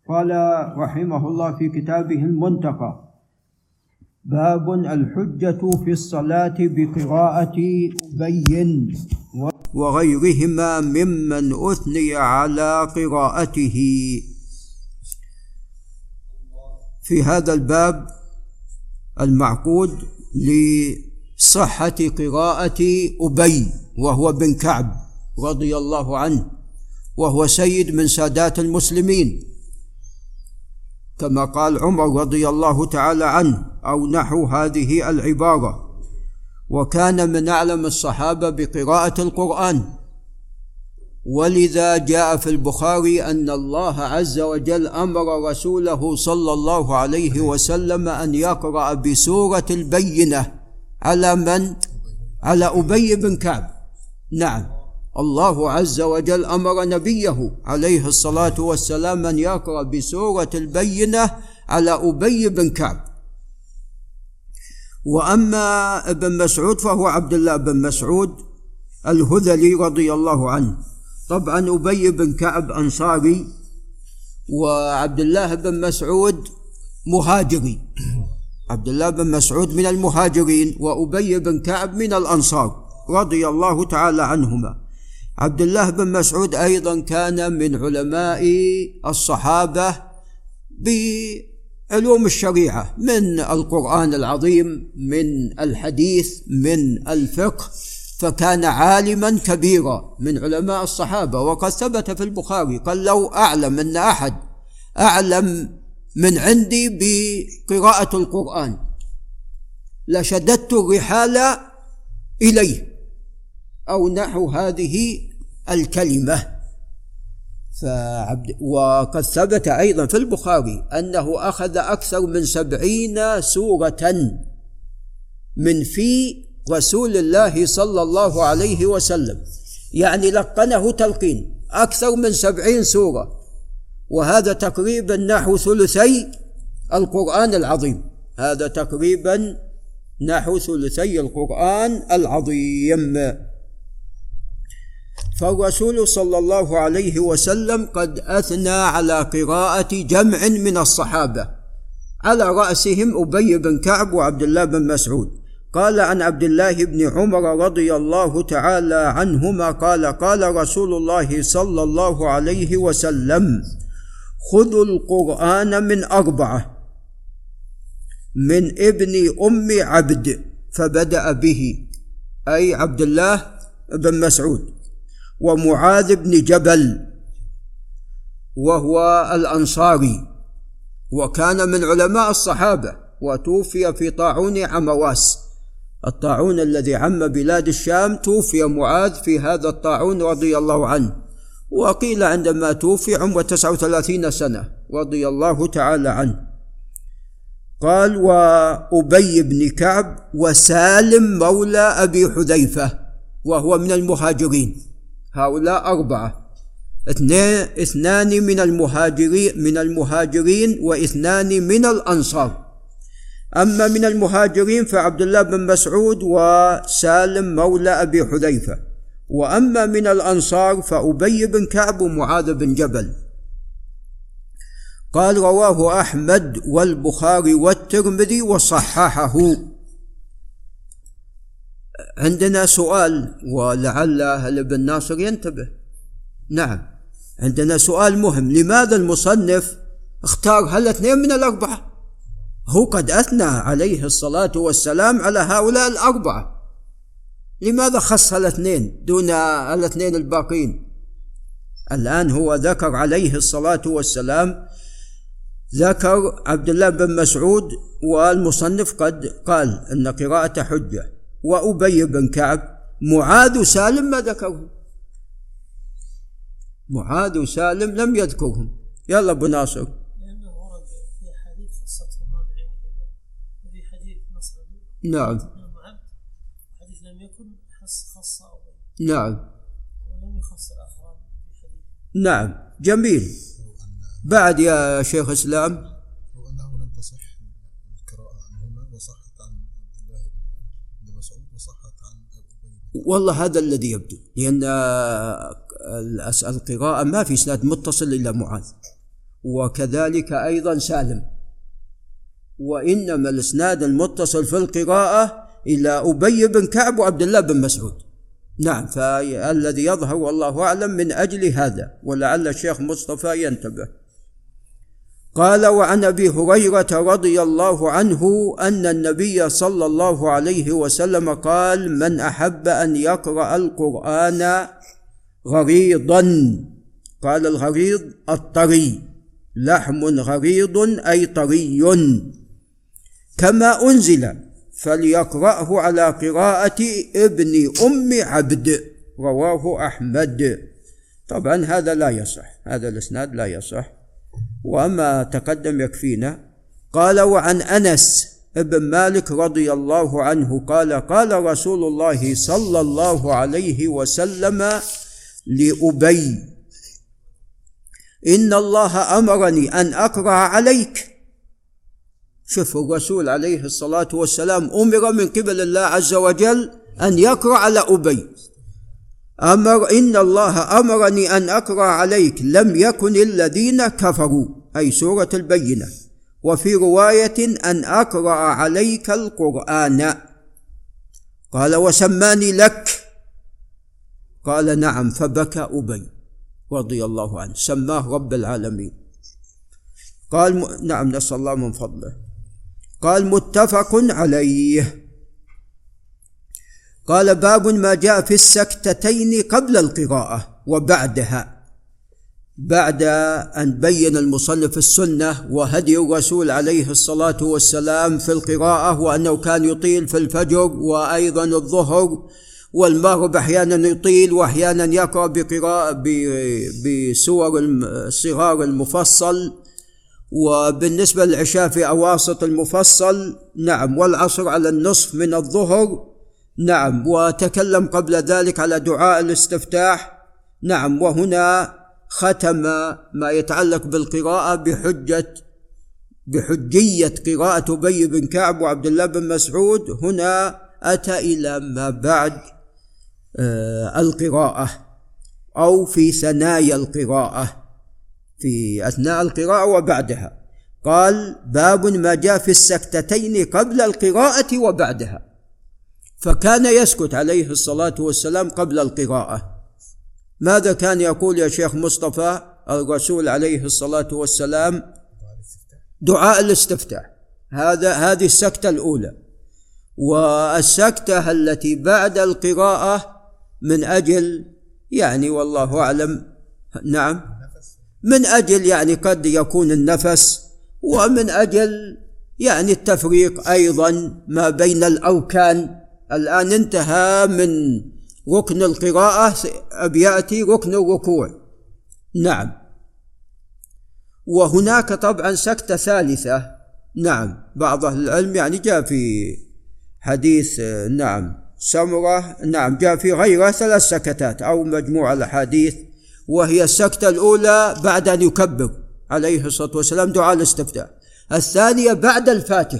قال رحمه الله في كتابه المنتقى: باب الحجة في الصلاة بقراءة أبي وغيرهما ممن أثني على قراءته. في هذا الباب المعقود لصحة قراءة أبي وهو بن كعب رضي الله عنه، وهو سيد من سادات المسلمين كما قال عمر رضي الله تعالى عنه أو نحو هذه العبارة، وكان من أعلم الصحابة بقراءة القرآن. ولذا جاء في البخاري أن الله عز وجل أمر رسوله صلى الله عليه وسلم أن يقرأ بسورة البينة على من؟ على أبي بن كعب. نعم، الله عز وجل أمر نبيه عليه الصلاة والسلام أن يقرأ بسورة البينة على أبي بن كعب. وأما ابن مسعود فهو عبد الله بن مسعود الهذلي رضي الله عنه. طبعا أبي بن كعب أنصاري، وعبد الله بن مسعود مهاجري. عبد الله بن مسعود من المهاجرين، وأبي بن كعب من الأنصار رضي الله تعالى عنهما. عبد الله بن مسعود أيضا كان من علماء الصحابة بعلوم الشريعة، من القرآن العظيم، من الحديث، من الفقه، فكان عالما كبيرا من علماء الصحابة. وقد ثبت في البخاري قال: لو أعلم أن أحد أعلم من عندي بقراءة القرآن لشددت الرحال إليه، أو نحو هذه الكلمة. وقد ثبت أيضا في البخاري أنه أخذ أكثر من 70 سورة من في رسول الله صلى الله عليه وسلم، يعني لقنه تلقين أكثر من 70 سورة، وهذا تقريبا نحو ثلثي القرآن العظيم. هذا تقريبا نحو ثلثي القرآن العظيم. فالرسول صلى الله عليه وسلم قد أثنى على قراءة جمع من الصحابة، على رأسهم أبي بن كعب وعبد الله بن مسعود. قال عن عبد الله بن عمر رضي الله تعالى عنهما قال: قال رسول الله صلى الله عليه وسلم: خذوا القرآن من 4، من ابن أم عبد، فبدأ به أي عبد الله بن مسعود، ومعاذ بن جبل وهو الأنصاري، وكان من علماء الصحابة، وتوفي في طاعون عمواس، الطاعون الذي عم بلاد الشام. توفي معاذ في هذا الطاعون رضي الله عنه، وقيل عندما توفي عمره 39 سنة رضي الله تعالى عنه. قال: وأبي بن كعب وسالم مولى أبي حذيفة، وهو من المهاجرين. هؤلاء 4، 2 من المهاجرين و2 من الأنصار. أما من المهاجرين فعبد الله بن مسعود وسالم مولى أبي حذيفة، وأما من الأنصار فأبي بن كعب ومعاذ بن جبل. قال: رواه أحمد والبخاري والترمذي وصححه. عندنا سؤال، ولعل ابن ناصر ينتبه. نعم، عندنا سؤال مهم: لماذا المصنف اختار 2 من 4؟ هو قد أثنى عليه الصلاة والسلام على هؤلاء 4، لماذا خص 2 دون 2 الباقين؟ الآن هو ذكر عليه الصلاة والسلام، ذكر عبد الله بن مسعود، والمصنف قد قال أن قراءة حجة، وأبي بن كعب. معاذ وسالم ما ذكرهم، معاذ وسالم لم يذكرهم. يلا أبو ناصر. لأنه ورد في حديث خصتهما بعينهما، وفي حديث نصر نعم معد، حديث لم يكن خص أبي، نعم، ولم يخص الآخران في حديث. نعم، جميل. بعد يا شيخ إسلام. وأنه لم تصح القراءة عنهما، وصحت عن عبد الله بن مسعود، وصحت عن أبي. والله هذا الذي يبدو، لأن القراءة ما في إسناد متصل إلا معاذ، وكذلك أيضا سالم. وإنما الإسناد المتصل في القراءة إلى أبي بن كعب وعبد الله بن مسعود. نعم، فالذي يظهر والله أعلم من أجل هذا، ولعل الشيخ مصطفى ينتبه. قال: وعن أبي هريرة رضي الله عنه أن النبي صلى الله عليه وسلم قال: من أحب أن يقرأ القرآن غريضا، قال الغريض الطري، لحم غريض أي طري، كما أنزل فليقرأه على قراءة ابن أم عبد، رواه أحمد. طبعا هذا لا يصح، هذا الإسناد لا يصح، وما تقدم يكفينا. قال: وعن أنس بن مالك رضي الله عنه قال: قال رسول الله صلى الله عليه وسلم لأبي: إن الله أمرني أن أقرأ عليك. شوف الرسول عليه الصلاة والسلام أمر من قبل الله عز وجل أن يقرأ على أبي، إن الله أمرني أن أقرأ عليك لم يكن الذين كفروا، أي سورة البينة. وفي رواية أن أقرأ عليك القرآن. قال: وسماني لك؟ قال: نعم. فبكى أبي رضي الله عنه، سماه رب العالمين. قال: نعم، نسأل الله من فضله. قال: متفق عليه. قال: باب ما جاء في السكتتين قبل القراءة وبعدها. بعد أن بين المصنف السنة وهدي الرسول عليه الصلاة والسلام في القراءة، وأنه كان يطيل في الفجر وأيضا الظهر والمغرب، أحيانا يطيل وأحيانا يقرأ بسور الصغار المفصل، وبالنسبة للعشاء في أواسط المفصل، نعم، والعصر على النصف من الظهر، نعم، وتكلم قبل ذلك على دعاء الاستفتاح، نعم. وهنا ختم ما يتعلق بالقراءة بحجية قراءة أبي بن كعب وعبد الله بن مسعود. هنا أتى إلى ما بعد القراءة أو في ثنايا القراءة، في أثناء القراءة وبعدها. قال: باب ما جاء في السكتتين قبل القراءة وبعدها. فكان يسكت عليه الصلاة والسلام قبل القراءة. ماذا كان يقول يا شيخ مصطفى الرسول عليه الصلاة والسلام؟ دعاء الاستفتاح. هذه السكتة الأولى. والسكتة التي بعد القراءة من أجل يعني والله أعلم، نعم، من أجل يعني قد يكون النفس، ومن أجل يعني التفريق أيضا ما بين الأركان. الآن انتهى من ركن القراءة، يأتي ركن الركوع، نعم. وهناك طبعا سكتة ثالثة، نعم، بعض أهل العلم يعني جاء في حديث، نعم، سمرة، نعم، جاء في غيره 3 سكتات أو مجموعة الأحاديث، وهي السكتة الأولى بعد أن يكبر عليه الصلاة والسلام دعاء الاستفتاح، الثانية بعد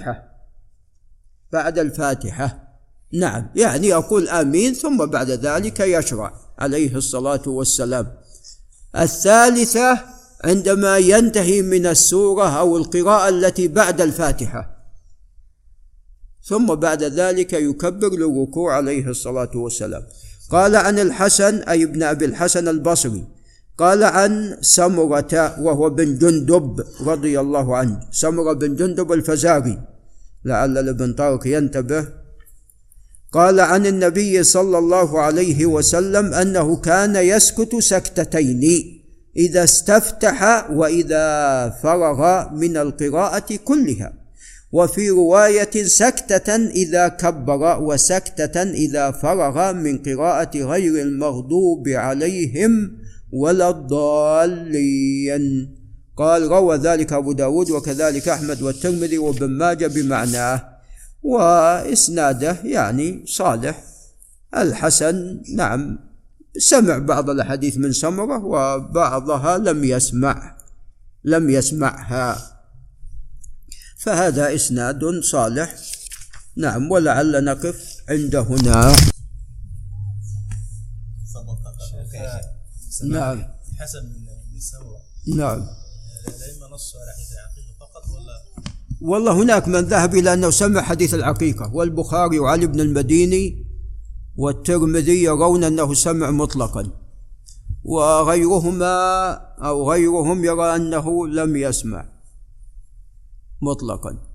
الفاتحة، نعم، يعني يقول آمين ثم بعد ذلك يشرع عليه الصلاة والسلام، الثالثة عندما ينتهي من السورة أو القراءة التي بعد الفاتحة، ثم بعد ذلك يكبر للركوع عليه الصلاة والسلام. قال عن الحسن أي ابن أبي الحسن البصري قال عن سمرة وهو بن جندب رضي الله عنه، سمرة بن جندب الفزاري، لعل ابن طارق ينتبه. قال عن النبي صلى الله عليه وسلم أنه كان يسكت سكتتين إذا استفتح وإذا فرغ من القراءة كلها، وفي رواية سكتة إذا كبر وسكتة إذا فرغ من قراءة غير المغضوب عليهم ولا الضالين. قال روى ذلك أبو داود وكذلك أحمد والترمذي وابن ماجه بمعناه، وإسناده يعني صالح. الحسن نعم سمع بعض الحديث من سمرة وبعضها لم يسمعها، فهذا إسناد صالح، نعم. ولعل نقف عند هنا. نعم حسن بن سمرة، نعم الأئمة نصوا على حديث العقيقة فقط ولا؟ والله هناك من ذهب إلى أنه سمع حديث العقيقة، والبخاري وعلي بن المديني والترمذي يرون أنه سمع مطلقا، وغيرهما أو غيرهم يرى أنه لم يسمع مطلقا.